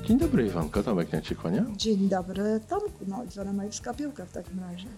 Dzień dobry, Iwonko. Tomek nie ci kłania. Dzień dobry, Tomku. No, Iwona Majewska Piłka w takim razie.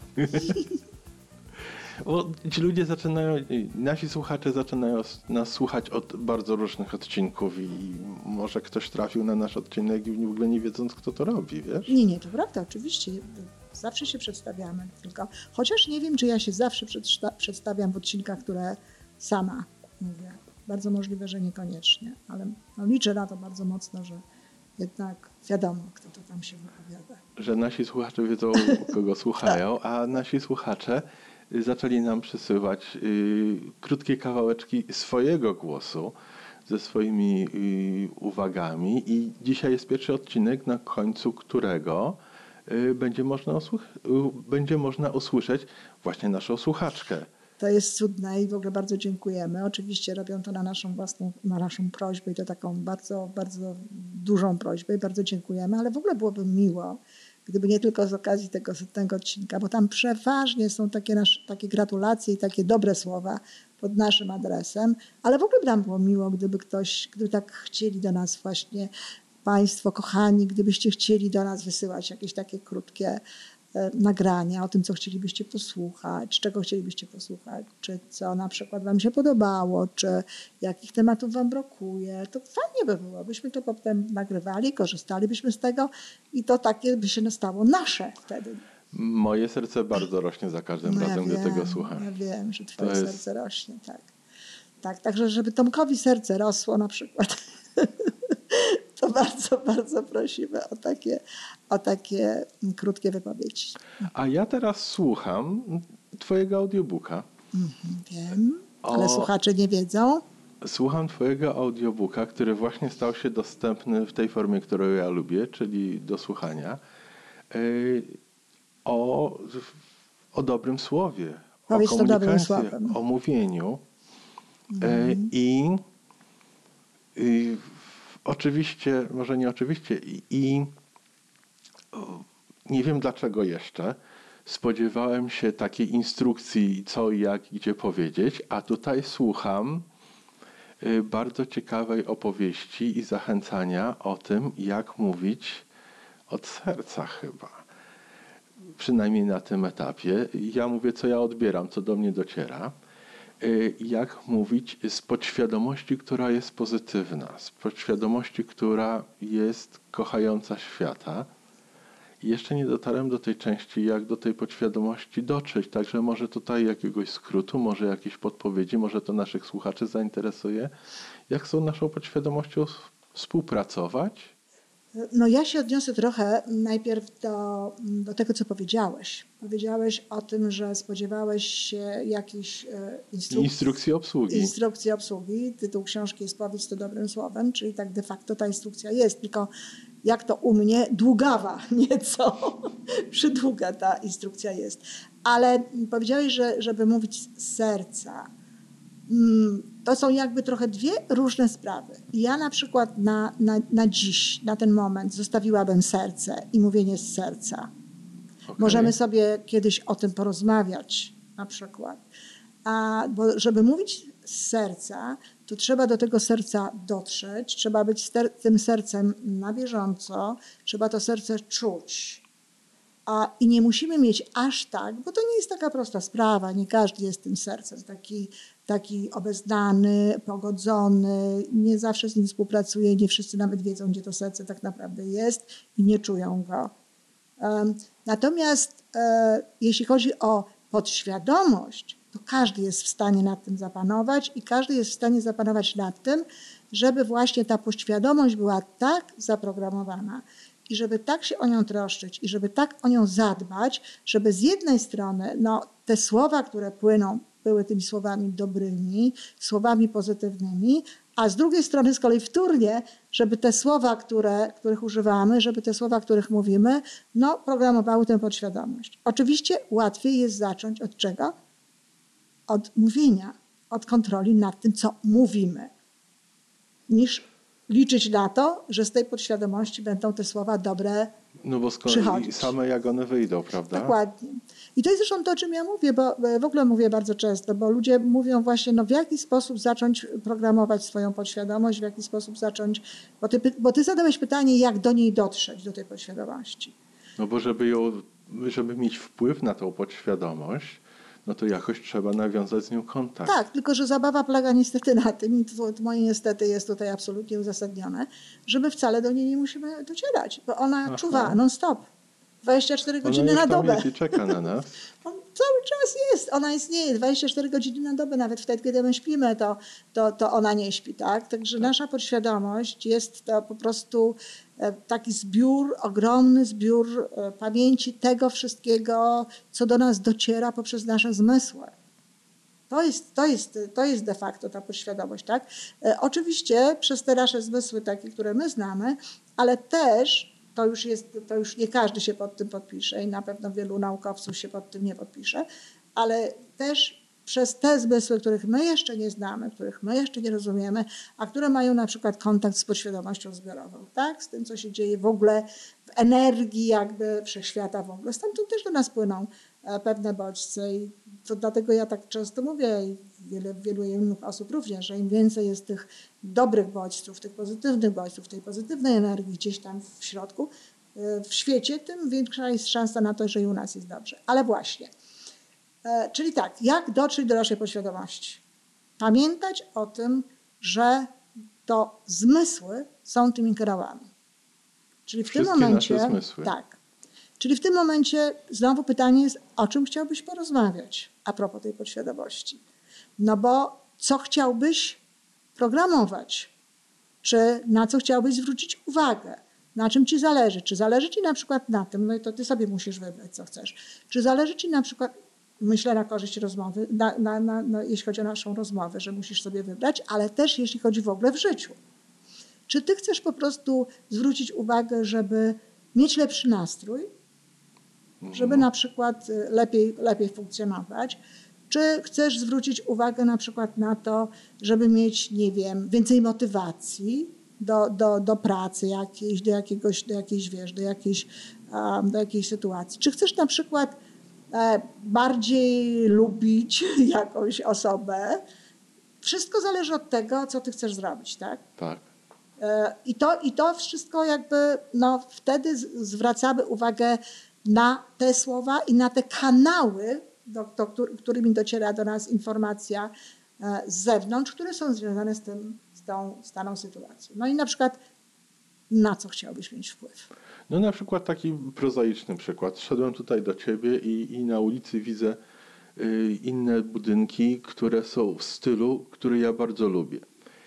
Bo ci ludzie nasi słuchacze zaczynają nas słuchać od bardzo różnych odcinków i może ktoś trafił na nasz odcinek i w ogóle nie wiedząc, kto to robi, wiesz? Nie, to prawda, oczywiście. Zawsze się przedstawiamy, tylko chociaż nie wiem, czy ja się zawsze przedstawiam w odcinkach, które sama mówię. Bardzo możliwe, że niekoniecznie, ale liczę na to bardzo mocno, że jednak wiadomo, kto to tam się wypowiada. Że nasi słuchacze wiedzą, kogo słuchają, a nasi słuchacze zaczęli nam przysyłać krótkie kawałeczki swojego głosu ze swoimi uwagami i dzisiaj jest pierwszy odcinek, na końcu którego będzie można usłyszeć właśnie naszą słuchaczkę. To jest cudne i w ogóle bardzo dziękujemy. Oczywiście robią to na naszą prośbę i to taką bardzo, bardzo dużą prośbę i bardzo dziękujemy, ale w ogóle byłoby miło, gdyby nie tylko z okazji tego odcinka, bo tam przeważnie są takie gratulacje i takie dobre słowa pod naszym adresem, ale w ogóle by nam było miło, gdyby tak chcieli do nas właśnie Państwo kochani, gdybyście chcieli do nas wysyłać jakieś takie krótkie nagrania o tym, co chcielibyście posłuchać, czego chcielibyście posłuchać, czy co na przykład Wam się podobało, czy jakich tematów Wam brakuje. To fajnie by było, byśmy to potem nagrywali, korzystalibyśmy z tego i to takie by się stało nasze wtedy. Moje serce bardzo rośnie za każdym razem, gdy tego słucham. Ja wiem, że Twoje serce rośnie, tak. Tak, także żeby Tomkowi serce rosło na przykład, to bardzo, bardzo prosimy o takie krótkie wypowiedzi. A ja teraz słucham Twojego audiobooka. Wiem, ale słuchacze nie wiedzą. Słucham Twojego audiobooka, który właśnie stał się dostępny w tej formie, którą ja lubię, czyli do słuchania, o dobrym słowie, Powiedz o komunikacji, o mówieniu. I oczywiście, może nie oczywiście, i nie wiem dlaczego jeszcze, spodziewałem się takiej instrukcji, co, jak, gdzie powiedzieć, a tutaj słucham bardzo ciekawej opowieści i zachęcania o tym, jak mówić od serca chyba. Przynajmniej na tym etapie. Ja mówię, co ja odbieram, co do mnie dociera. Jak mówić z podświadomości, która jest pozytywna, z podświadomości, która jest kochająca świata. I jeszcze nie dotarłem do tej części, jak do tej podświadomości dotrzeć, także może tutaj jakiegoś skrótu, może jakieś podpowiedzi, może to naszych słuchaczy zainteresuje. Jak z tą naszą podświadomością współpracować? No ja się odniosę trochę najpierw do tego, co powiedziałeś. Powiedziałeś o tym, że spodziewałeś się jakiejś instrukcji obsługi. Instrukcji obsługi. Tytuł książki jest Powiedz to dobrym słowem, czyli tak de facto ta instrukcja jest, tylko jak to u mnie, długawa nieco, przydługa ta instrukcja jest. Ale powiedziałeś, że żeby mówić z serca, to są jakby trochę dwie różne sprawy. Ja na przykład na dziś, na ten moment zostawiłabym serce i mówienie z serca. Okay. Możemy sobie kiedyś o tym porozmawiać na przykład. Bo żeby mówić z serca, to trzeba do tego serca dotrzeć, trzeba być tym sercem na bieżąco, trzeba to serce czuć. I nie musimy mieć aż tak, bo to nie jest taka prosta sprawa, nie każdy jest tym sercem taki obeznany, pogodzony, nie zawsze z nim współpracuje, nie wszyscy nawet wiedzą, gdzie to serce tak naprawdę jest i nie czują go. Natomiast jeśli chodzi o podświadomość, to każdy jest w stanie nad tym zapanować i każdy jest w stanie zapanować nad tym, żeby właśnie ta podświadomość była tak zaprogramowana i żeby tak się o nią troszczyć i żeby tak o nią zadbać, żeby z jednej strony te słowa, które płyną, były tymi słowami dobrymi, słowami pozytywnymi, a z drugiej strony z kolei wtórnie, żeby te słowa, których używamy, żeby te słowa, których mówimy, programowały tę podświadomość. Oczywiście łatwiej jest zacząć od czego? Od mówienia, od kontroli nad tym, co mówimy, niż liczyć na to, że z tej podświadomości będą te słowa dobre No bo przychodzić. same jak one wyjdą, prawda? Dokładnie. I to jest zresztą to, o czym ja mówię, bo w ogóle mówię bardzo często, bo ludzie mówią właśnie, no w jaki sposób zacząć programować swoją podświadomość, w jaki sposób zacząć, bo ty zadałeś pytanie, jak do niej dotrzeć, do tej podświadomości. No bo żeby mieć wpływ na tą podświadomość, no to jakoś trzeba nawiązać z nią kontakt. Tak, tylko że zabawa polega niestety na tym, i to moje niestety jest tutaj absolutnie uzasadnione, że my wcale do niej nie musimy docierać, bo ona czuwa non-stop, 24 godziny na dobę. Ona już tam czeka na nas. On cały czas jest, ona istnieje 24 godziny na dobę, nawet wtedy, kiedy my śpimy, to ona nie śpi, tak? Także nasza podświadomość jest to po prostu taki zbiór, ogromny zbiór pamięci tego wszystkiego, co do nas dociera poprzez nasze zmysły. To jest de facto ta podświadomość, tak? Oczywiście przez te nasze zmysły takie, które my znamy, ale też to już nie każdy się pod tym podpisze i na pewno wielu naukowców się pod tym nie podpisze, ale też przez te zmysły, których my jeszcze nie znamy, których my jeszcze nie rozumiemy, a które mają na przykład kontakt z podświadomością zbiorową, tak? Z tym, co się dzieje w ogóle w energii jakby wszechświata w ogóle. Stamtąd też do nas płyną pewne bodźce i to dlatego ja tak często mówię i wielu innych osób również, że im więcej jest tych dobrych bodźców, tych pozytywnych bodźców, tej pozytywnej energii gdzieś tam w środku, w świecie, tym większa jest szansa na to, że i u nas jest dobrze. Ale właśnie, czyli tak, jak dotrzeć do naszej podświadomości? Pamiętać o tym, że to zmysły są tymi kanałami. Czyli w tym momencie, nasze zmysły. tak. Czyli w tym momencie znowu pytanie jest, o czym chciałbyś porozmawiać a propos tej podświadomości? No bo co chciałbyś programować? Czy na co chciałbyś zwrócić uwagę? Na czym ci zależy? Czy zależy ci na przykład na tym, no i to ty sobie musisz wybrać, co chcesz. Czy zależy ci na przykład, myślę na korzyść rozmowy, jeśli chodzi o naszą rozmowę, że musisz sobie wybrać, ale też jeśli chodzi w ogóle w życiu. Czy ty chcesz po prostu zwrócić uwagę, żeby mieć lepszy nastrój, żeby na przykład lepiej funkcjonować? Czy chcesz zwrócić uwagę na przykład na to, żeby mieć, nie wiem, więcej motywacji do pracy jakiejś, do jakiejś sytuacji? Czy chcesz na przykład bardziej lubić jakąś osobę? Wszystko zależy od tego, co ty chcesz zrobić, tak? Tak. I to wszystko jakby, no wtedy zwracamy uwagę na te słowa i na te kanały, którymi dociera do nas informacja z zewnątrz, które są związane z daną sytuacją. No i na przykład na co chciałbyś mieć wpływ? No na przykład taki prozaiczny przykład. Szedłem tutaj do ciebie i na ulicy widzę inne budynki, które są w stylu, który ja bardzo lubię.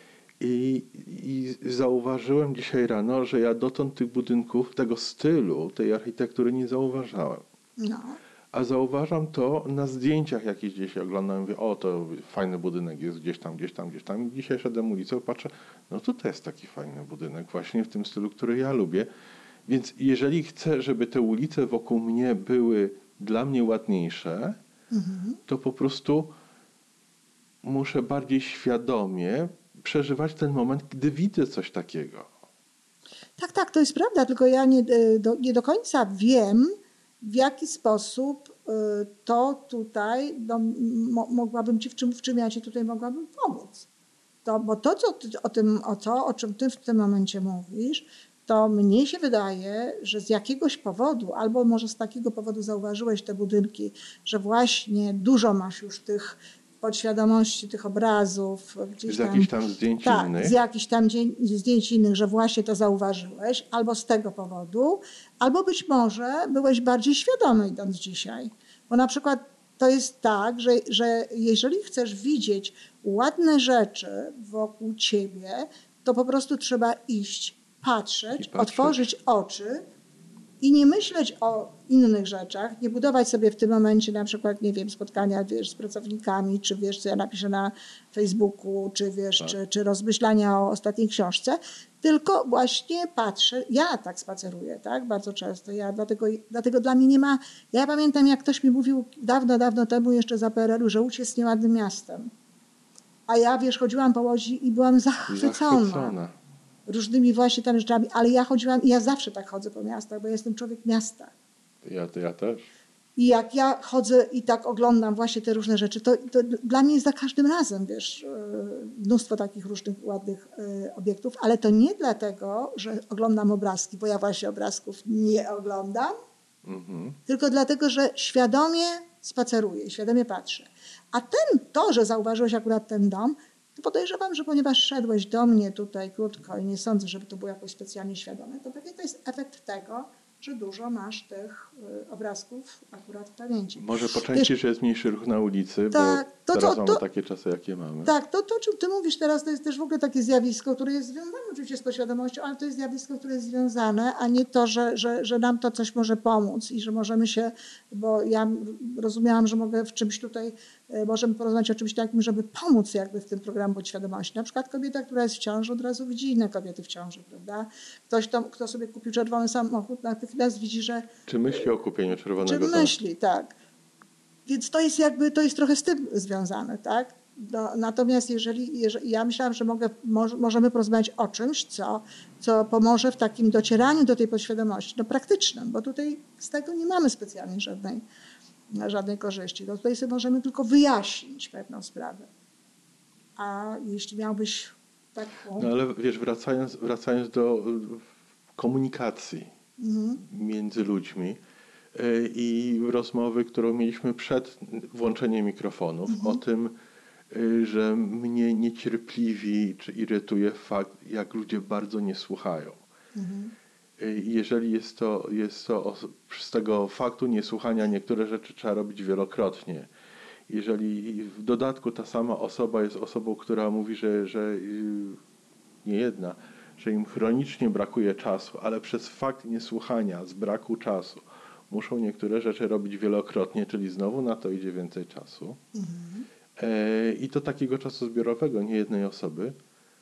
I zauważyłem dzisiaj rano, że ja dotąd tych budynków, tego stylu, tej architektury nie zauważałem. No. A zauważam to na zdjęciach jakieś gdzieś oglądam, mówię, o to fajny budynek jest gdzieś tam. I dzisiaj szedłem ulicą, patrzę, no to jest taki fajny budynek właśnie w tym stylu, który ja lubię. Więc jeżeli chcę, żeby te ulice wokół mnie były dla mnie ładniejsze, to po prostu muszę bardziej świadomie przeżywać ten moment, gdy widzę coś takiego. Tak, to jest prawda, tylko ja nie do końca wiem, w jaki sposób to tutaj, no, mogłabym ci, w czym ja ci tutaj mogłabym pomóc. Bo to, o czym ty w tym momencie mówisz, to mnie się wydaje, że z jakiegoś powodu, albo może z takiego powodu zauważyłeś te budynki, że właśnie dużo masz już tych podświadomości, tych obrazów. Z jakichś tam zdjęć innych. Tak, z jakichś tam zdjęć innych, że właśnie to zauważyłeś, albo z tego powodu, albo być może byłeś bardziej świadomy idąc dzisiaj. Bo na przykład to jest tak, że jeżeli chcesz widzieć ładne rzeczy wokół ciebie, to po prostu trzeba iść, patrzeć, otworzyć oczy i nie myśleć o innych rzeczach, nie budować sobie w tym momencie na przykład, nie wiem, spotkania z pracownikami, czy wiesz, co ja napiszę na Facebooku, czy wiesz, tak. czy rozmyślania o ostatniej książce, tylko właśnie patrzę, ja tak spaceruję, tak, bardzo często, dlatego dla mnie nie ma, ja pamiętam, jak ktoś mi mówił dawno temu, jeszcze za PRL-u, że Łódź jest nieładnym miastem, a ja, wiesz, chodziłam po Łodzi i byłam zachwycona. różnymi właśnie tam rzeczami, ale ja chodziłam i ja zawsze tak chodzę po miastach, bo ja jestem człowiek miasta. Ja też. I jak ja chodzę i tak oglądam właśnie te różne rzeczy, to dla mnie jest za każdym razem, wiesz, mnóstwo takich różnych ładnych obiektów, ale to nie dlatego, że oglądam obrazki, bo ja właśnie obrazków nie oglądam, tylko dlatego, że świadomie spaceruję, świadomie patrzę. A to, że zauważyłeś akurat ten dom, to podejrzewam, że ponieważ szedłeś do mnie tutaj krótko i nie sądzę, żeby to było jakoś specjalnie świadome, to pewnie to jest efekt tego, że dużo masz tych obrazków akurat w pamięci. Może po części, że jest mniejszy ruch na ulicy, tak, bo teraz mamy takie czasy, jakie mamy. Tak, to o czym ty mówisz teraz, to jest też w ogóle takie zjawisko, które jest związane oczywiście z podświadomością, ale to jest zjawisko, które jest związane, a nie to, że nam to coś może pomóc i że możemy się, bo ja rozumiałam, że mogę w czymś tutaj, możemy porozmawiać o czymś takim, żeby pomóc jakby w tym programie podświadomości. Na przykład kobieta, która jest w ciąży, od razu widzi inne kobiety w ciąży, prawda? Ktoś, kto sobie kupił czerwony samochód, natychmiast widzi, że... Czy myśli o kupieniu czerwonego samochodu? Czy myśli, tak. Więc to jest trochę z tym związane, tak? Natomiast jeżeli ja myślałam, że możemy porozmawiać o czymś, co pomoże w takim docieraniu do tej podświadomości, praktycznym, bo tutaj z tego nie mamy specjalnie żadnej korzyści. To tutaj sobie możemy tylko wyjaśnić pewną sprawę. A jeśli miałbyś taką... No ale wiesz, wracając do komunikacji między ludźmi, i rozmowy, którą mieliśmy przed włączeniem mikrofonów, o tym, że mnie niecierpliwi czy irytuje fakt, jak ludzie bardzo nie słuchają. Jeżeli jest to z tego faktu niesłuchania niektóre rzeczy trzeba robić wielokrotnie. Jeżeli w dodatku ta sama osoba jest osobą, która mówi, że nie jedna, że im chronicznie brakuje czasu, ale przez fakt niesłuchania, z braku czasu, muszą niektóre rzeczy robić wielokrotnie, czyli znowu na to idzie więcej czasu. I to takiego czasu zbiorowego, nie jednej osoby.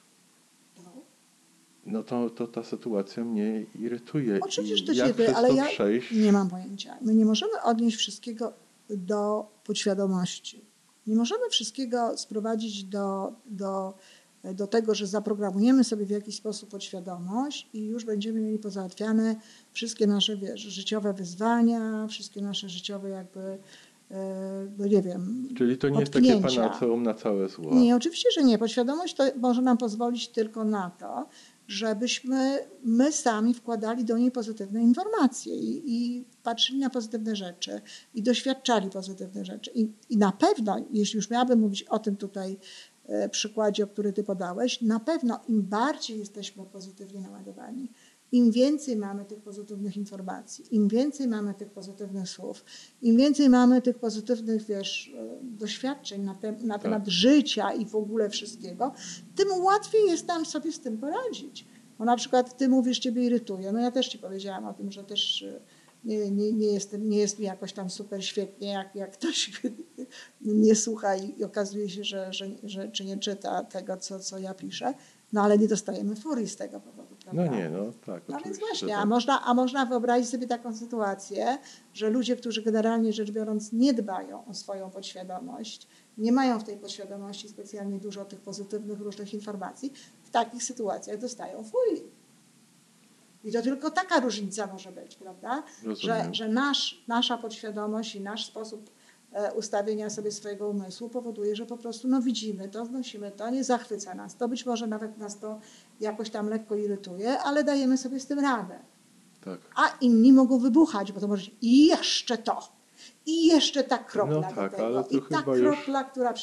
No to ta sytuacja mnie irytuje. Oczywiście to ciebie, ale ja nie mam pojęcia. My nie możemy odnieść wszystkiego do podświadomości. Nie możemy wszystkiego sprowadzić do tego, że zaprogramujemy sobie w jakiś sposób podświadomość i już będziemy mieli pozałatwiane wszystkie nasze, życiowe wyzwania, wszystkie nasze życiowe jakby, no nie wiem, czyli to nie jest takie panaceum na całe zło? Nie, oczywiście, że nie. Podświadomość to może nam pozwolić tylko na to, żebyśmy my sami wkładali do niej pozytywne informacje i patrzyli na pozytywne rzeczy i doświadczali pozytywnych rzeczy. I na pewno, jeśli już miałabym mówić o tym tutaj przykładzie, o który ty podałeś, na pewno im bardziej jesteśmy pozytywnie naładowani, im więcej mamy tych pozytywnych informacji, im więcej mamy tych pozytywnych słów, im więcej mamy tych pozytywnych, doświadczeń na temat życia i w ogóle wszystkiego, tym łatwiej jest nam sobie z tym poradzić. Bo na przykład ty mówisz, ciebie irytuje. No ja też ci powiedziałam o tym, że też nie jest mi jakoś tam super świetnie, jak ktoś nie słucha i okazuje się, że nie czyta tego, co ja piszę. No ale nie dostajemy furii z tego powodu, prawda? No nie, no tak. No więc właśnie, tak. a można wyobrazić sobie taką sytuację, że ludzie, którzy generalnie rzecz biorąc nie dbają o swoją podświadomość, nie mają w tej podświadomości specjalnie dużo tych pozytywnych różnych informacji, w takich sytuacjach dostają furii. I to tylko taka różnica może być, prawda? Że nasza podświadomość i nasz sposób ustawienia sobie swojego umysłu powoduje, że po prostu widzimy to, znosimy to, nie zachwyca nas to, być może nawet nas to jakoś tam lekko irytuje, ale dajemy sobie z tym radę. Tak. A inni mogą wybuchać, bo to może i jeszcze to, i jeszcze ta kropla no tak, do tego, ale to i ta kropla, która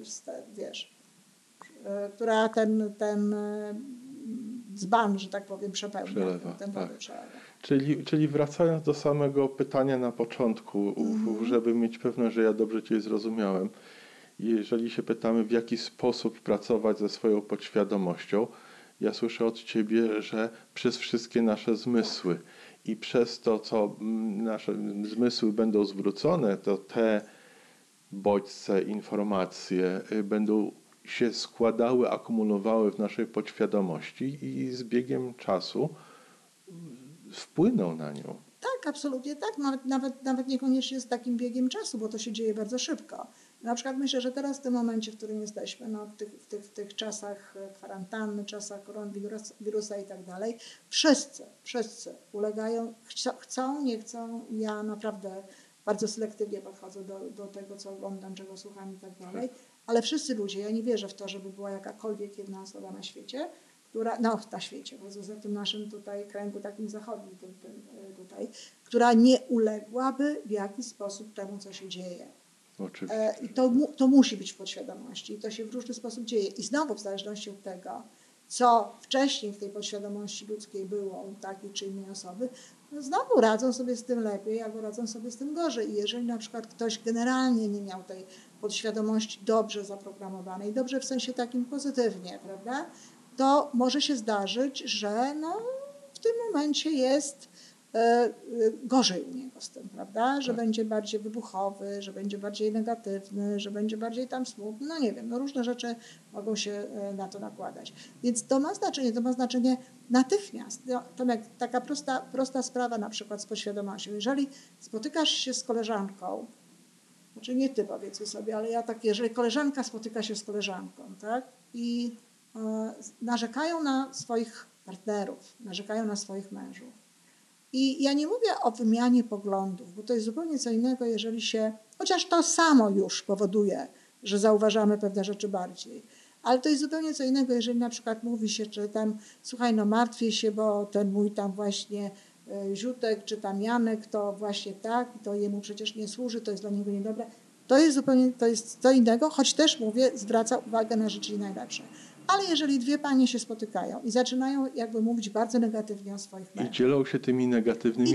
która ten dzban, że tak powiem, przepełnia. Przelewa. Czyli wracając do samego pytania na początku, żeby mieć pewność, że ja dobrze cię zrozumiałem. Jeżeli się pytamy, w jaki sposób pracować ze swoją podświadomością, ja słyszę od ciebie, że przez wszystkie nasze zmysły i przez to, co nasze zmysły będą zwrócone, to te bodźce, informacje będą się składały, akumulowały w naszej podświadomości i z biegiem czasu wpłyną na nią. Tak, absolutnie tak. Nawet niekoniecznie z takim biegiem czasu, bo to się dzieje bardzo szybko. Na przykład myślę, że teraz w tym momencie, w którym jesteśmy, no, w tych czasach kwarantanny, czasach koronawirusa i tak dalej, wszyscy ulegają, chcą, nie chcą. Ja naprawdę bardzo selektywnie podchodzę do tego, co oglądam, czego słucham i tak dalej, ale wszyscy ludzie, ja nie wierzę w to, żeby była jakakolwiek jedna osoba na świecie, na świecie, poza tym naszym tutaj kręgu takim zachodnim tutaj, która nie uległaby w jakiś sposób temu, co się dzieje. Oczywiście. I to musi być w podświadomości i to się w różny sposób dzieje. I znowu w zależności od tego, co wcześniej w tej podświadomości ludzkiej było u takiej czy innej osoby, no znowu radzą sobie z tym lepiej albo radzą sobie z tym gorzej. I jeżeli na przykład ktoś generalnie nie miał tej podświadomości dobrze zaprogramowanej, dobrze w sensie takim pozytywnie, prawda, to może się zdarzyć, że no, w tym momencie jest gorzej u niego z tym, prawda? Że będzie bardziej wybuchowy, że będzie bardziej negatywny, że będzie bardziej tam smutny, no nie wiem, no różne rzeczy mogą się na to nakładać. Więc to ma znaczenie natychmiast. Tomek, taka prosta sprawa na przykład z podświadomością. Jeżeli spotykasz się z koleżanką, znaczy nie ty powiedzmy sobie, ale ja tak, jeżeli koleżanka spotyka się z koleżanką, tak? I narzekają na swoich partnerów, narzekają na swoich mężów. I ja nie mówię o wymianie poglądów, bo to jest zupełnie co innego, jeżeli się, chociaż to samo już powoduje, że zauważamy pewne rzeczy bardziej, ale to jest zupełnie co innego, jeżeli na przykład mówi się, czy tam, słuchaj, no martwię się, bo ten mój tam właśnie Ziutek, czy tam Janek, to właśnie tak, to jemu przecież nie służy, to jest dla niego niedobre. To jest zupełnie, to jest co innego, choć też mówię, zwraca uwagę na rzeczy najlepsze. Ale jeżeli dwie panie się spotykają i zaczynają jakby mówić bardzo negatywnie o swoich mężach. I dzielą się tymi negatywnymi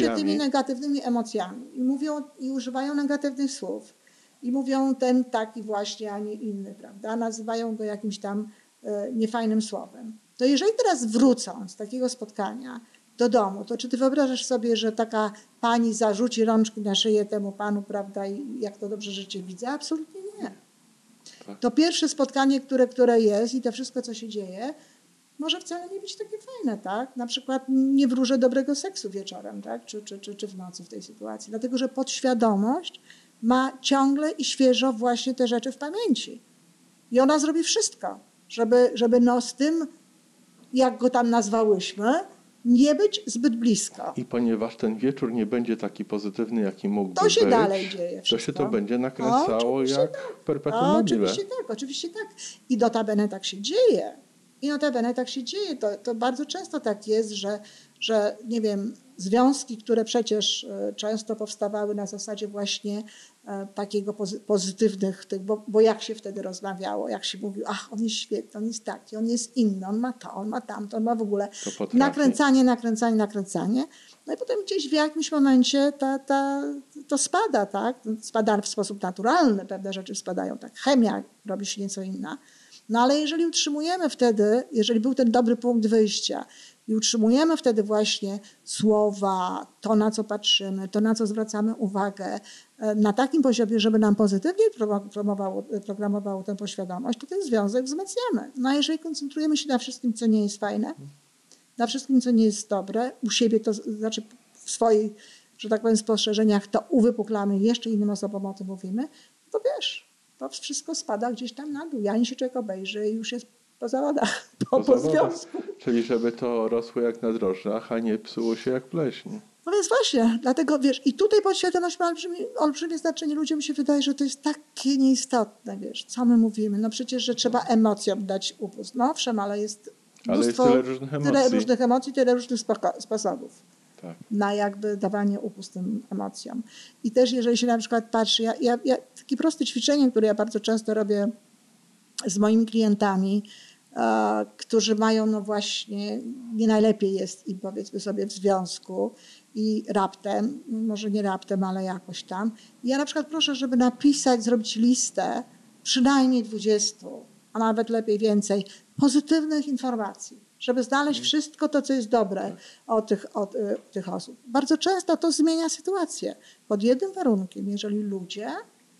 emocjami. I mówią, i używają negatywnych słów. I mówią ten taki właśnie, a nie inny, prawda? Nazywają go jakimś tam niefajnym słowem. To jeżeli teraz wrócą z takiego spotkania do domu, to czy ty wyobrażasz sobie, że taka pani zarzuci rączki na szyję temu panu, prawda? I jak to dobrze życie widzę? Absolutnie nie. To pierwsze spotkanie, które jest i to wszystko, co się dzieje, może wcale nie być takie fajne, tak? Na przykład nie wróżę dobrego seksu wieczorem, tak? Czy w nocy w tej sytuacji. Dlatego, że podświadomość ma ciągle i świeżo właśnie te rzeczy w pamięci. I ona zrobi wszystko, żeby no z tym, jak go tam nazwałyśmy, nie być zbyt blisko. I ponieważ ten wieczór nie będzie taki pozytywny, jaki mógłby być, to się dalej dzieje wszystko. To się to będzie nakręcało jak perpetuum mobile. Oczywiście tak. I notabene tak się dzieje. To bardzo często tak jest, że nie wiem, związki, które przecież często powstawały na zasadzie właśnie takiego pozytywnych, bo jak się wtedy rozmawiało, jak się mówił, ach, on jest świetny, on jest taki, on jest inny, on ma to, on ma tamto, on ma w ogóle nakręcanie. No i potem gdzieś w jakimś momencie to spada, tak? Spada w sposób naturalny, pewne rzeczy spadają, tak? Chemia robi się nieco inna. No ale jeżeli utrzymujemy wtedy, jeżeli był ten dobry punkt wyjścia i utrzymujemy wtedy właśnie słowa, to na co patrzymy, to na co zwracamy uwagę, na takim poziomie, żeby nam pozytywnie programowało tę podświadomość, to ten związek wzmacniamy. No a jeżeli koncentrujemy się na wszystkim, co nie jest fajne, na wszystkim, co nie jest dobre, u siebie, to znaczy w swoich, że tak powiem, spostrzeżeniach, to uwypuklamy, jeszcze innym osobom o tym mówimy, to wiesz, to wszystko spada gdzieś tam na dół. Ani się człowiek obejrzy i już jest po zawodach, po związku. Czyli żeby to rosło jak na drożdżach, a nie psuło się jak pleśń. No więc właśnie, dlatego wiesz, i tutaj podświadomość ma olbrzymie znaczenie. Ludziom się wydaje, że to jest takie nieistotne, wiesz, co my mówimy. No przecież, że trzeba emocjom dać upust. No owszem, ale jest mnóstwo, tyle różnych emocji, tyle różnych sposobów. Tak. Na jakby dawanie upust tym emocjom. I też jeżeli się na przykład patrzy, ja takie proste ćwiczenie, które ja bardzo często robię z moimi klientami, którzy mają no właśnie, nie najlepiej jest im powiedzmy sobie w związku i raptem, może nie raptem, ale jakoś tam. I ja na przykład proszę, żeby napisać, zrobić listę przynajmniej 20, a nawet lepiej więcej, pozytywnych informacji, żeby znaleźć wszystko to, co jest dobre od tych osób. Bardzo często to zmienia sytuację. Pod jednym warunkiem, jeżeli ludzie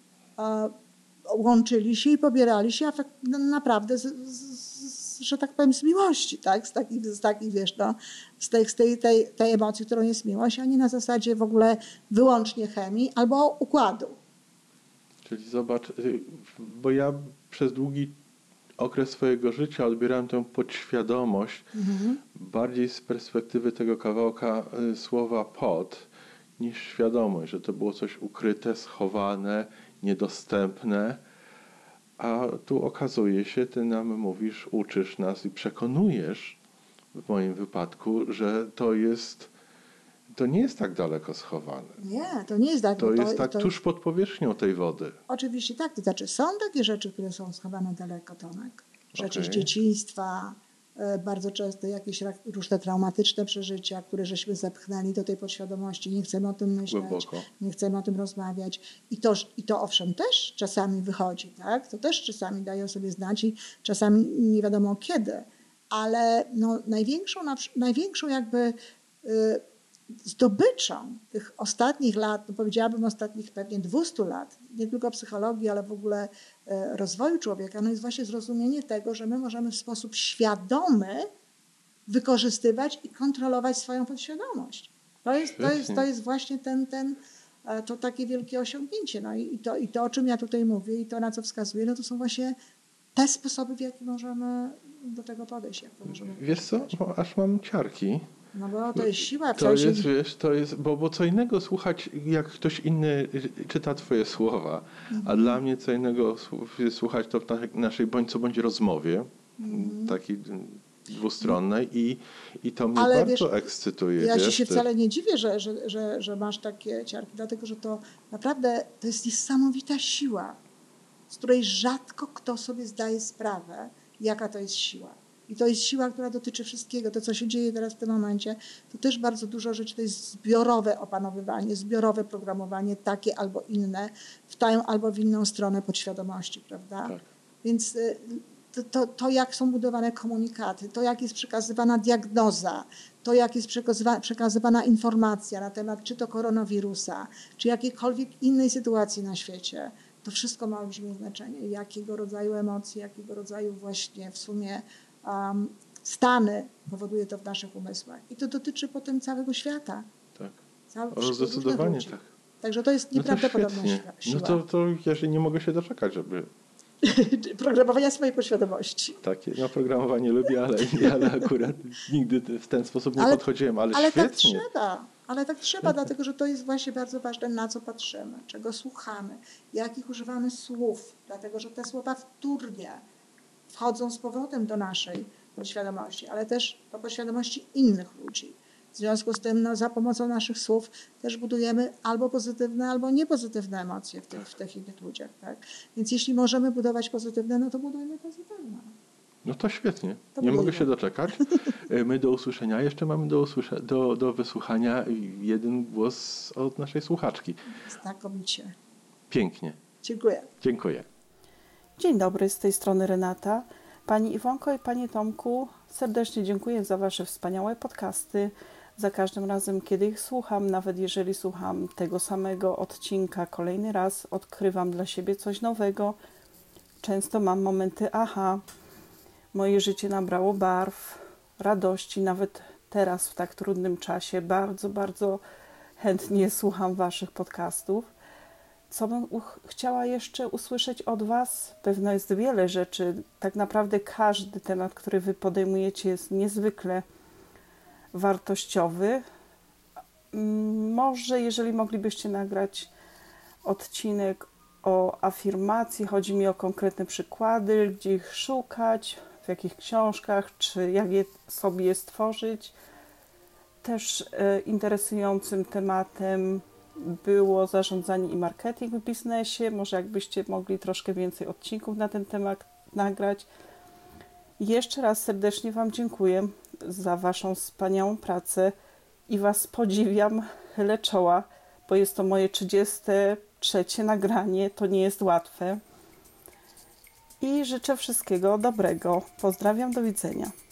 łączyli się i pobierali się naprawdę, że tak powiem, z miłości, tak? Z takich wiesz, no, z tej emocji, którą jest miłość, a nie na zasadzie w ogóle wyłącznie chemii albo układu. Czyli zobacz, bo ja przez długi okres swojego życia odbierałem tę podświadomość bardziej z perspektywy tego kawałka słowa pod, niż świadomość, że to było coś ukryte, schowane, niedostępne. A tu okazuje się, ty nam mówisz, uczysz nas i przekonujesz w moim wypadku, że to nie jest tak daleko schowane. Nie, to nie jest tak. To jest tak tuż pod powierzchnią tej wody. Oczywiście tak, to znaczy są takie rzeczy, które są schowane daleko, Tomek. Rzeczy z dzieciństwa, bardzo często jakieś różne traumatyczne przeżycia, które żeśmy zepchnęli do tej podświadomości, nie chcemy o tym myśleć, Głęboko. nie chcemy o tym rozmawiać. I to owszem też czasami wychodzi, tak? To też czasami daje o sobie znać i czasami nie wiadomo kiedy. Ale no, największą jakby zdobyczą tych ostatnich lat, no powiedziałabym ostatnich pewnie 200 lat, nie tylko psychologii, ale w ogóle rozwoju człowieka, no jest właśnie zrozumienie tego, że my możemy w sposób świadomy wykorzystywać i kontrolować swoją podświadomość. To jest właśnie to takie wielkie osiągnięcie. No i to, o czym ja tutaj mówię i to, na co wskazuję, no to są właśnie te sposoby, w jaki możemy do tego podejść. Jak to możemy Wiesz co, bo aż mam ciarki. No bo to jest siła. To jest, bo co innego słuchać, jak ktoś inny czyta twoje słowa, a dla mnie co innego słuchać to w naszej bądź co bądź rozmowie, takiej dwustronnej i to mnie bardzo ekscytuje. Ja ci się wcale nie dziwię, że masz takie ciarki, dlatego że to naprawdę to jest niesamowita siła, z której rzadko kto sobie zdaje sprawę, jaka to jest siła. I to jest siła, która dotyczy wszystkiego. To, co się dzieje teraz w tym momencie, to też bardzo dużo rzeczy, to jest zbiorowe opanowywanie, zbiorowe programowanie, takie albo inne, w tę albo w inną stronę podświadomości, prawda? Tak. Więc to, jak są budowane komunikaty, to, jak jest przekazywana diagnoza, to, jak jest przekazywana informacja na temat czy to koronawirusa, czy jakiejkolwiek innej sytuacji na świecie, to wszystko ma olbrzymie znaczenie. Jakiego rodzaju emocje, jakiego rodzaju właśnie w sumie stany powoduje to w naszych umysłach. I to dotyczy potem całego świata. Tak. Zdecydowanie tak. Także to jest nieprawdopodobna siła. No to ja nie mogę się doczekać, żeby... Programowania swojej podświadomości. Takie, no programowanie lubię, ale akurat nigdy w ten sposób nie podchodziłem, ale świetnie. Ale tak trzeba, dlatego że to jest właśnie bardzo ważne, na co patrzymy, czego słuchamy, jakich używamy słów, dlatego że te słowa wtórnie wchodzą z powrotem do naszej podświadomości, ale też do podświadomości innych ludzi. W związku z tym za pomocą naszych słów też budujemy albo pozytywne, albo niepozytywne emocje w tych innych ludziach. Tak? Więc jeśli możemy budować pozytywne, no to budujmy pozytywne. No to świetnie. Nie mogę się doczekać. My do usłyszenia. Jeszcze mamy do wysłuchania jeden głos od naszej słuchaczki. Znakomicie. Pięknie. Dziękuję. Dzień dobry, z tej strony Renata. Pani Iwonko i Panie Tomku, serdecznie dziękuję za Wasze wspaniałe podcasty. Za każdym razem, kiedy ich słucham, nawet jeżeli słucham tego samego odcinka kolejny raz, odkrywam dla siebie coś nowego. Często mam momenty aha, moje życie nabrało barw, radości, nawet teraz w tak trudnym czasie. Bardzo, bardzo chętnie słucham Waszych podcastów. Co bym chciała jeszcze usłyszeć od Was? Pewno jest wiele rzeczy. Tak naprawdę każdy temat, który Wy podejmujecie, jest niezwykle wartościowy. Może jeżeli moglibyście nagrać odcinek o afirmacji, chodzi mi o konkretne przykłady, gdzie ich szukać, w jakich książkach, czy jak sobie je stworzyć. Też interesującym tematem było zarządzanie i marketing w biznesie. Może jakbyście mogli troszkę więcej odcinków na ten temat nagrać. Jeszcze raz serdecznie Wam dziękuję za Waszą wspaniałą pracę i Was podziwiam, chylę czoła, bo jest to moje 33. nagranie, to nie jest łatwe. I życzę wszystkiego dobrego. Pozdrawiam, do widzenia.